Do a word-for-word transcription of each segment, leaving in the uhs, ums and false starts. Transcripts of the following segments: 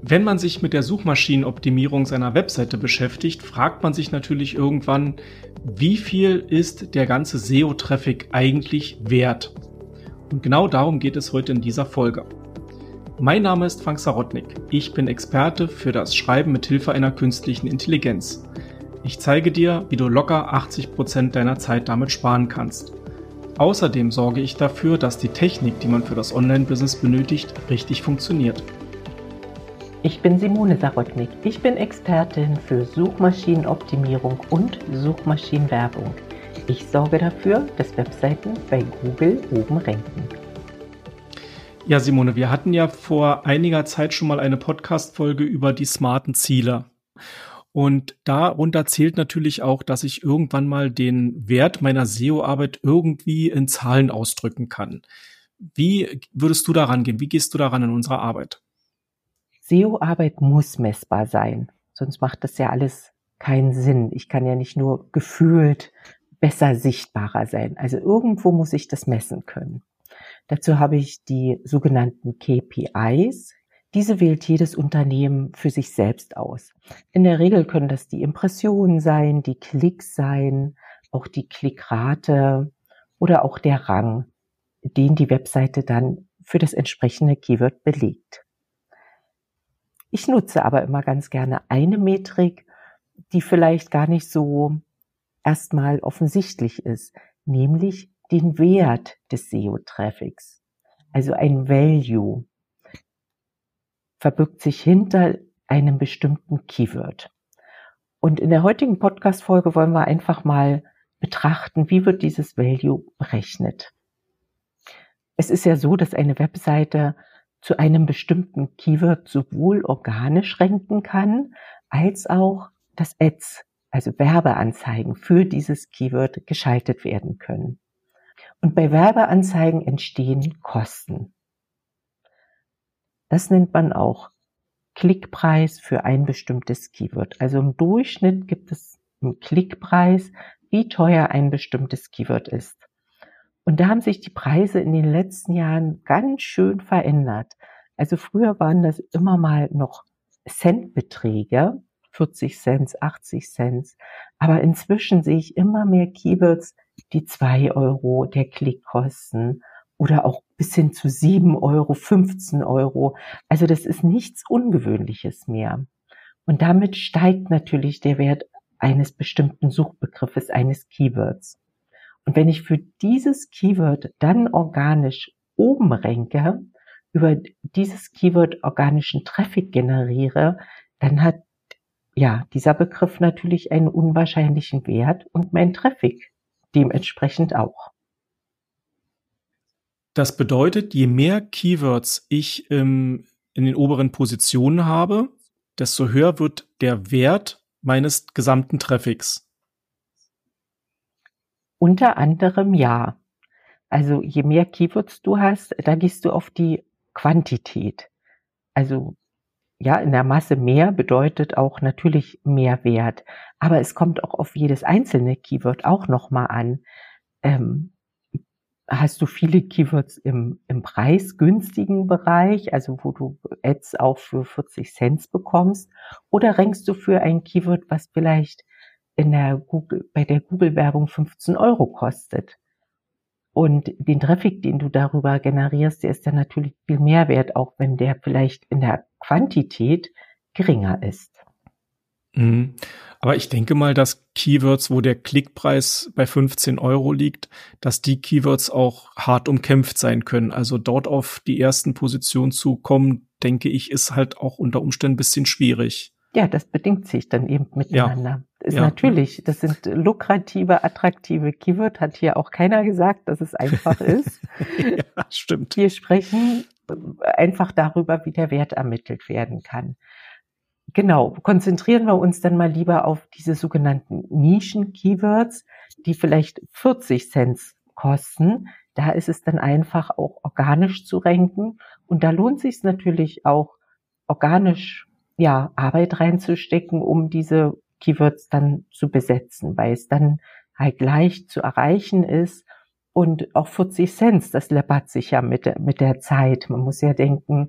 Wenn man sich mit der Suchmaschinenoptimierung seiner Webseite beschäftigt, fragt man sich natürlich irgendwann, wie viel ist der ganze S E O-Traffic eigentlich wert? Und genau darum geht es heute in dieser Folge. Mein Name ist Frank Sarotnik. Ich bin Experte für das Schreiben mit Hilfe einer künstlichen Intelligenz. Ich zeige dir, wie du locker achtzig Prozent deiner Zeit damit sparen kannst. Außerdem sorge ich dafür, dass die Technik, die man für das Online-Business benötigt, richtig funktioniert. Ich bin Simone Sarotnik. Ich bin Expertin für Suchmaschinenoptimierung und Suchmaschinenwerbung. Ich sorge dafür, dass Webseiten bei Google oben ranken. Ja, Simone, wir hatten ja vor einiger Zeit schon mal eine Podcast-Folge über die smarten Ziele. Und darunter zählt natürlich auch, dass ich irgendwann mal den Wert meiner S E O-Arbeit irgendwie in Zahlen ausdrücken kann. Wie würdest du daran gehen? Wie gehst du daran in unserer Arbeit? S E O-Arbeit muss messbar sein, sonst macht das ja alles keinen Sinn. Ich kann ja nicht nur gefühlt besser sichtbarer sein. Also irgendwo muss ich das messen können. Dazu habe ich die sogenannten K P Is. Diese wählt jedes Unternehmen für sich selbst aus. In der Regel können das die Impressionen sein, die Klicks sein, auch die Klickrate oder auch der Rang, den die Webseite dann für das entsprechende Keyword belegt. Ich nutze aber immer ganz gerne eine Metrik, die vielleicht gar nicht so erstmal offensichtlich ist, nämlich den Wert des S E O-Traffics. Also ein Value verbirgt sich hinter einem bestimmten Keyword. Und in der heutigen Podcast-Folge wollen wir einfach mal betrachten, wie wird dieses Value berechnet. Es ist ja so, dass eine Webseite zu einem bestimmten Keyword sowohl organisch ranken kann, als auch dass Ads, also Werbeanzeigen für dieses Keyword geschaltet werden können. Und bei Werbeanzeigen entstehen Kosten. Das nennt man auch Klickpreis für ein bestimmtes Keyword. Also im Durchschnitt gibt es einen Klickpreis, wie teuer ein bestimmtes Keyword ist. Und da haben sich die Preise in den letzten Jahren ganz schön verändert. Also früher waren das immer mal noch Centbeträge, vierzig Cent, achtzig Cent. Aber inzwischen sehe ich immer mehr Keywords, die zwei Euro der Klick kosten oder auch bis hin zu sieben Euro, fünfzehn Euro. Also das ist nichts Ungewöhnliches mehr. Und damit steigt natürlich der Wert eines bestimmten Suchbegriffes, eines Keywords. Und wenn ich für dieses Keyword dann organisch oben ranke, über dieses Keyword organischen Traffic generiere, dann hat ja dieser Begriff natürlich einen unwahrscheinlichen Wert und mein Traffic dementsprechend auch. Das bedeutet, je mehr Keywords ich ähm, in den oberen Positionen habe, desto höher wird der Wert meines gesamten Traffics. Unter anderem ja. Also je mehr Keywords du hast, da gehst du auf die Quantität. Also ja, in der Masse mehr bedeutet auch natürlich mehr Wert. Aber es kommt auch auf jedes einzelne Keyword auch nochmal an. Ähm, hast du viele Keywords im, im preisgünstigen Bereich, also wo du Ads auch für vierzig Cent bekommst, oder rankst du für ein Keyword, was vielleicht in der Google, bei der Google-Werbung fünfzehn Euro kostet? Und den Traffic, den du darüber generierst, der ist dann natürlich viel mehr wert, auch wenn der vielleicht in der Quantität geringer ist. Mhm. Aber ich denke mal, dass Keywords, wo der Klickpreis bei fünfzehn Euro liegt, dass die Keywords auch hart umkämpft sein können. Also dort auf die ersten Positionen zu kommen, denke ich, ist halt auch unter Umständen ein bisschen schwierig. Ja, das bedingt sich dann eben miteinander. Ja. Ist Ja. natürlich, das sind lukrative, attraktive Keyword, hat hier auch keiner gesagt, dass es einfach ist. Ja, stimmt. Wir sprechen einfach darüber, wie der Wert ermittelt werden kann. Genau, konzentrieren wir uns dann mal lieber auf diese sogenannten Nischen-Keywords, die vielleicht vierzig Cent kosten. Da ist es dann einfach auch organisch zu ranken. Und da lohnt sich es natürlich auch organisch, ja, Arbeit reinzustecken, um diese Keywords dann zu besetzen, weil es dann halt leicht zu erreichen ist. Und auch vierzig Cent, das läppert sich ja mit, mit der Zeit. Man muss ja denken,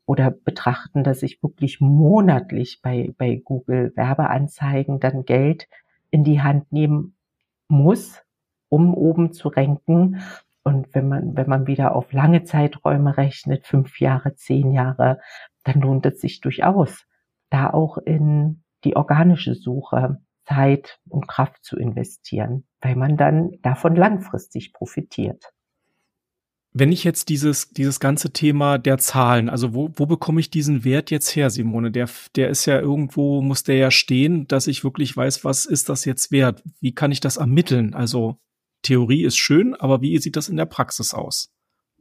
oder betrachten, dass ich wirklich monatlich bei, bei Google Werbeanzeigen dann Geld in die Hand nehmen muss, um oben zu ranken. Und wenn man, wenn man wieder auf lange Zeiträume rechnet, fünf Jahre, zehn Jahre, dann lohnt es sich durchaus, da auch in die organische Suche Zeit und Kraft zu investieren, weil man dann davon langfristig profitiert. Wenn ich jetzt dieses, dieses ganze Thema der Zahlen, also wo, wo bekomme ich diesen Wert jetzt her, Simone? Der, der ist ja irgendwo, muss der ja stehen, dass ich wirklich weiß, was ist das jetzt wert? Wie kann ich das ermitteln? Also Theorie ist schön, aber wie sieht das in der Praxis aus?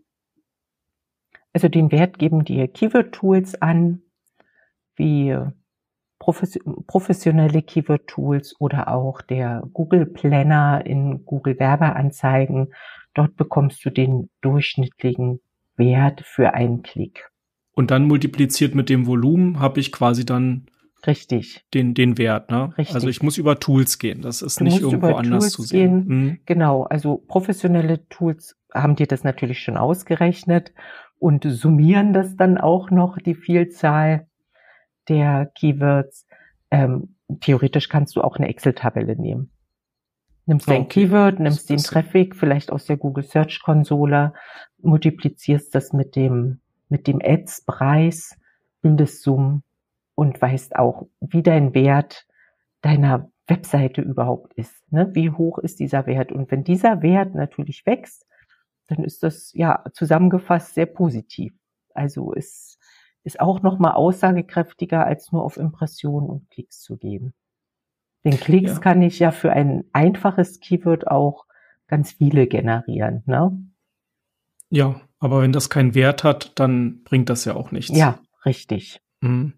Also den Wert geben die Keyword-Tools an, wie professionelle Keyword-Tools oder auch der Google Planner in Google Werbeanzeigen. Dort bekommst du den durchschnittlichen Wert für einen Klick. Und dann multipliziert mit dem Volumen habe ich quasi dann Richtig. Den, den Wert, ne? Richtig. Also ich muss über Tools gehen. Das ist Du nicht musst irgendwo über anders Tools zu sehen. gehen. Mhm. Genau. Also professionelle Tools haben dir das natürlich schon ausgerechnet und summieren das dann auch noch, die Vielzahl der Keywords. Ähm, theoretisch kannst du auch eine Excel-Tabelle nehmen. Nimmst dein Okay. Keyword, nimmst den Das- Traffic, vielleicht aus der Google Search Konsole, multiplizierst das mit dem, mit dem Ads-Preis, bildest Summen und weißt auch, wie dein Wert deiner Webseite überhaupt ist. Ne? Wie hoch ist dieser Wert? Und wenn dieser Wert natürlich wächst, dann ist das ja zusammengefasst sehr positiv. Also es ist auch nochmal aussagekräftiger, als nur auf Impressionen und Klicks zu gehen. Den Klicks Ja. kann ich ja für ein einfaches Keyword auch ganz viele generieren. Ne? Ja, aber wenn das keinen Wert hat, dann bringt das ja auch nichts. Ja, richtig. Mhm.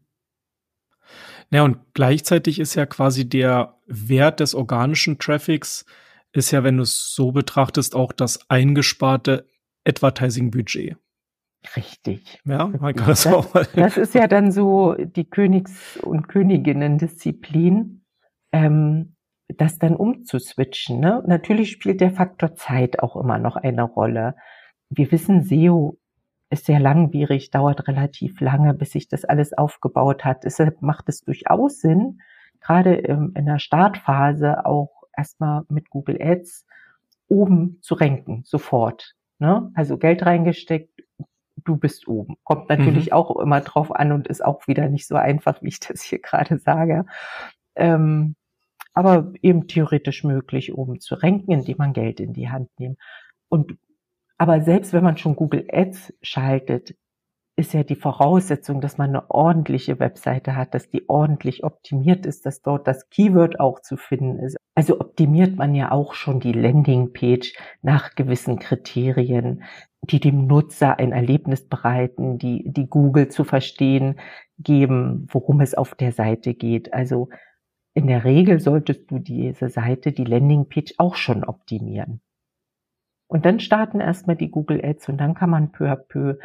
Ja, und gleichzeitig ist ja quasi der Wert des organischen Traffics ist ja, wenn du es so betrachtest, auch das eingesparte Advertising-Budget. Richtig. Ja, man kann das, Das, auch mal. das ist ja dann so die Königs- und Königinnen-Disziplin, ähm, das dann umzuswitchen. Ne? Natürlich spielt der Faktor Zeit auch immer noch eine Rolle. Wir wissen, S E O ist sehr langwierig, dauert relativ lange, bis sich das alles aufgebaut hat. Deshalb macht es durchaus Sinn, gerade ähm, in der Startphase auch erstmal mit Google Ads oben zu ranken, sofort. Ne? Also Geld reingesteckt, du bist oben. Kommt natürlich Mhm. auch immer drauf an und ist auch wieder nicht so einfach, wie ich das hier gerade sage. Ähm, aber eben theoretisch möglich, oben zu ranken, indem man Geld in die Hand nimmt. Und aber selbst wenn man schon Google Ads schaltet, ist ja die Voraussetzung, dass man eine ordentliche Webseite hat, dass die ordentlich optimiert ist, dass dort das Keyword auch zu finden ist. Also optimiert man ja auch schon die Landingpage nach gewissen Kriterien, die dem Nutzer ein Erlebnis bereiten, die, die Google zu verstehen geben, worum es auf der Seite geht. Also in der Regel solltest du diese Seite, die Landingpage auch schon optimieren. Und dann starten erstmal die Google Ads und dann kann man peu à peu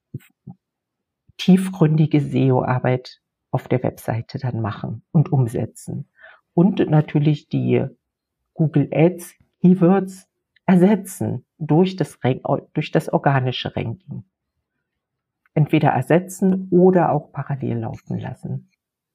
tiefgründige S E O-Arbeit auf der Webseite dann machen und umsetzen. Und natürlich die Google Ads Keywords ersetzen durch das, durch das organische Ranking. Entweder ersetzen oder auch parallel laufen lassen.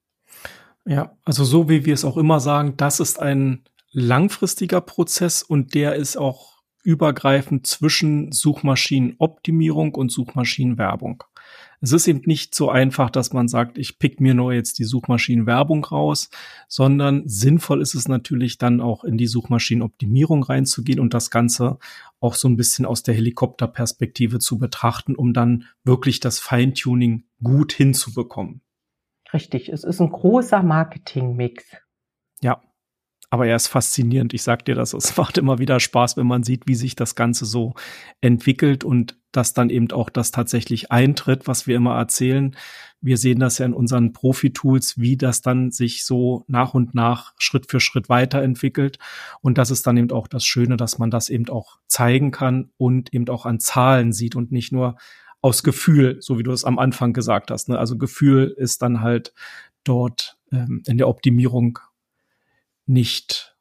Ja, also so wie wir es auch immer sagen, das ist ein langfristiger Prozess und der ist auch übergreifend zwischen Suchmaschinenoptimierung und Suchmaschinenwerbung. Es ist eben nicht so einfach, dass man sagt, ich pick mir nur jetzt die Suchmaschinenwerbung raus, sondern sinnvoll ist es natürlich dann auch in die Suchmaschinenoptimierung reinzugehen und das Ganze auch so ein bisschen aus der Helikopterperspektive zu betrachten, um dann wirklich das Feintuning gut hinzubekommen. Richtig, es ist ein großer Marketingmix. Ja, aber er ist faszinierend. Ich sag dir das, es macht immer wieder Spaß, wenn man sieht, wie sich das Ganze so entwickelt und dass dann eben auch das tatsächlich eintritt, was wir immer erzählen. Wir sehen das ja in unseren Profi-Tools, wie das dann sich so nach und nach Schritt für Schritt weiterentwickelt. Und das ist dann eben auch das Schöne, dass man das eben auch zeigen kann und eben auch an Zahlen sieht und nicht nur aus Gefühl, so wie du es am Anfang gesagt hast. Ne? Also Gefühl ist dann halt dort ähm, in der Optimierung nicht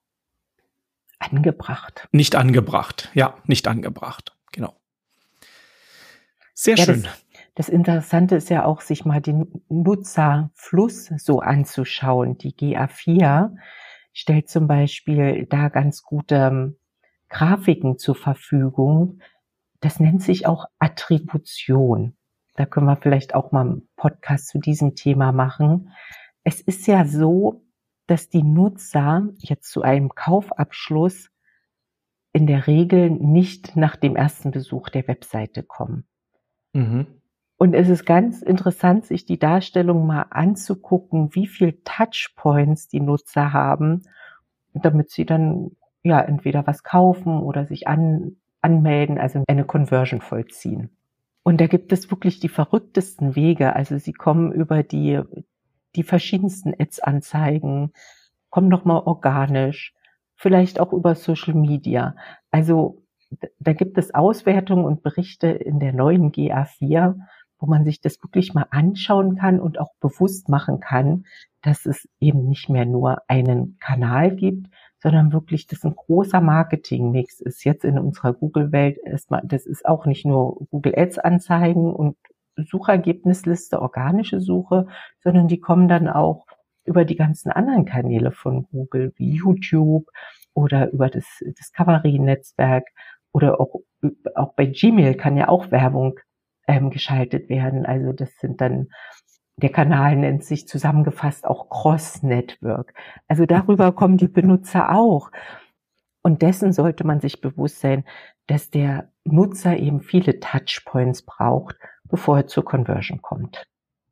angebracht. Nicht angebracht. Ja, nicht angebracht. Genau. Sehr ja, schön. Das, Das Interessante ist ja auch, sich mal den Nutzerfluss so anzuschauen. Die G A vier stellt zum Beispiel da ganz gute Grafiken zur Verfügung. Das nennt sich auch Attribution. Da können wir vielleicht auch mal einen Podcast zu diesem Thema machen. Es ist ja so, dass die Nutzer jetzt zu einem Kaufabschluss in der Regel nicht nach dem ersten Besuch der Webseite kommen. Mhm. Und es ist ganz interessant, sich die Darstellung mal anzugucken, wie viel Touchpoints die Nutzer haben, damit sie dann ja entweder was kaufen oder sich an, anmelden, also eine Conversion vollziehen. Und da gibt es wirklich die verrücktesten Wege. Also sie kommen über die, die verschiedensten Ads-Anzeigen, kommen nochmal organisch, vielleicht auch über Social Media. Also da gibt es Auswertungen und Berichte in der neuen G A vier, wo man sich das wirklich mal anschauen kann und auch bewusst machen kann, dass es eben nicht mehr nur einen Kanal gibt, sondern wirklich, dass ein großer Marketingmix ist. Jetzt in unserer Google-Welt erstmal, das ist auch nicht nur Google Ads-Anzeigen und Suchergebnisliste, organische Suche, sondern die kommen dann auch über die ganzen anderen Kanäle von Google, wie YouTube oder über das Discovery-Netzwerk oder auch, auch bei Gmail kann ja auch Werbung ähm, geschaltet werden. Also das sind dann, der Kanal nennt sich zusammengefasst auch Cross-Network. Also darüber kommen die Benutzer auch. Und dessen sollte man sich bewusst sein, dass der Nutzer eben viele Touchpoints braucht, bevor er zur Conversion kommt.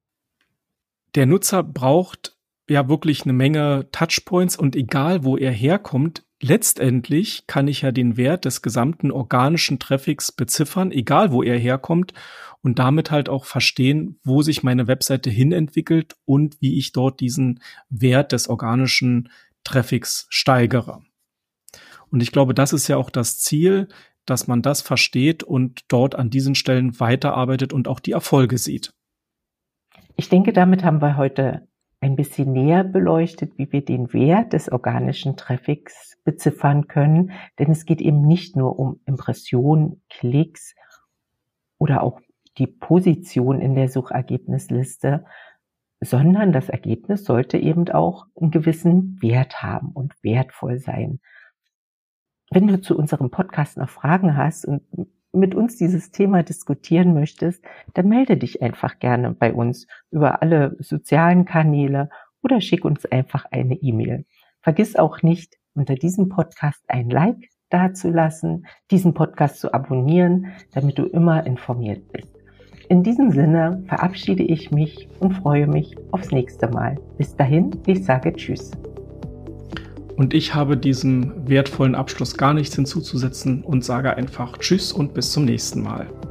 Der Nutzer braucht ja wirklich eine Menge Touchpoints und egal, wo er herkommt, letztendlich kann ich ja den Wert des gesamten organischen Traffics beziffern, egal wo er herkommt und damit halt auch verstehen, wo sich meine Webseite hinentwickelt und wie ich dort diesen Wert des organischen Traffics steigere. Und ich glaube, das ist ja auch das Ziel, dass man das versteht und dort an diesen Stellen weiterarbeitet und auch die Erfolge sieht. Ich denke, damit haben wir heute ein bisschen näher beleuchtet, wie wir den Wert des organischen Traffics beziffern können. Denn es geht eben nicht nur um Impressionen, Klicks oder auch die Position in der Suchergebnisliste, sondern das Ergebnis sollte eben auch einen gewissen Wert haben und wertvoll sein. Wenn du zu unserem Podcast noch Fragen hast und mit uns dieses Thema diskutieren möchtest, dann melde dich einfach gerne bei uns über alle sozialen Kanäle oder schick uns einfach eine E-Mail. Vergiss auch nicht, unter diesem Podcast ein Like dazulassen, diesen Podcast zu abonnieren, damit du immer informiert bist. In diesem Sinne verabschiede ich mich und freue mich aufs nächste Mal. Bis dahin, ich sage Tschüss. Und ich habe diesem wertvollen Abschluss gar nichts hinzuzusetzen und sage einfach Tschüss und bis zum nächsten Mal.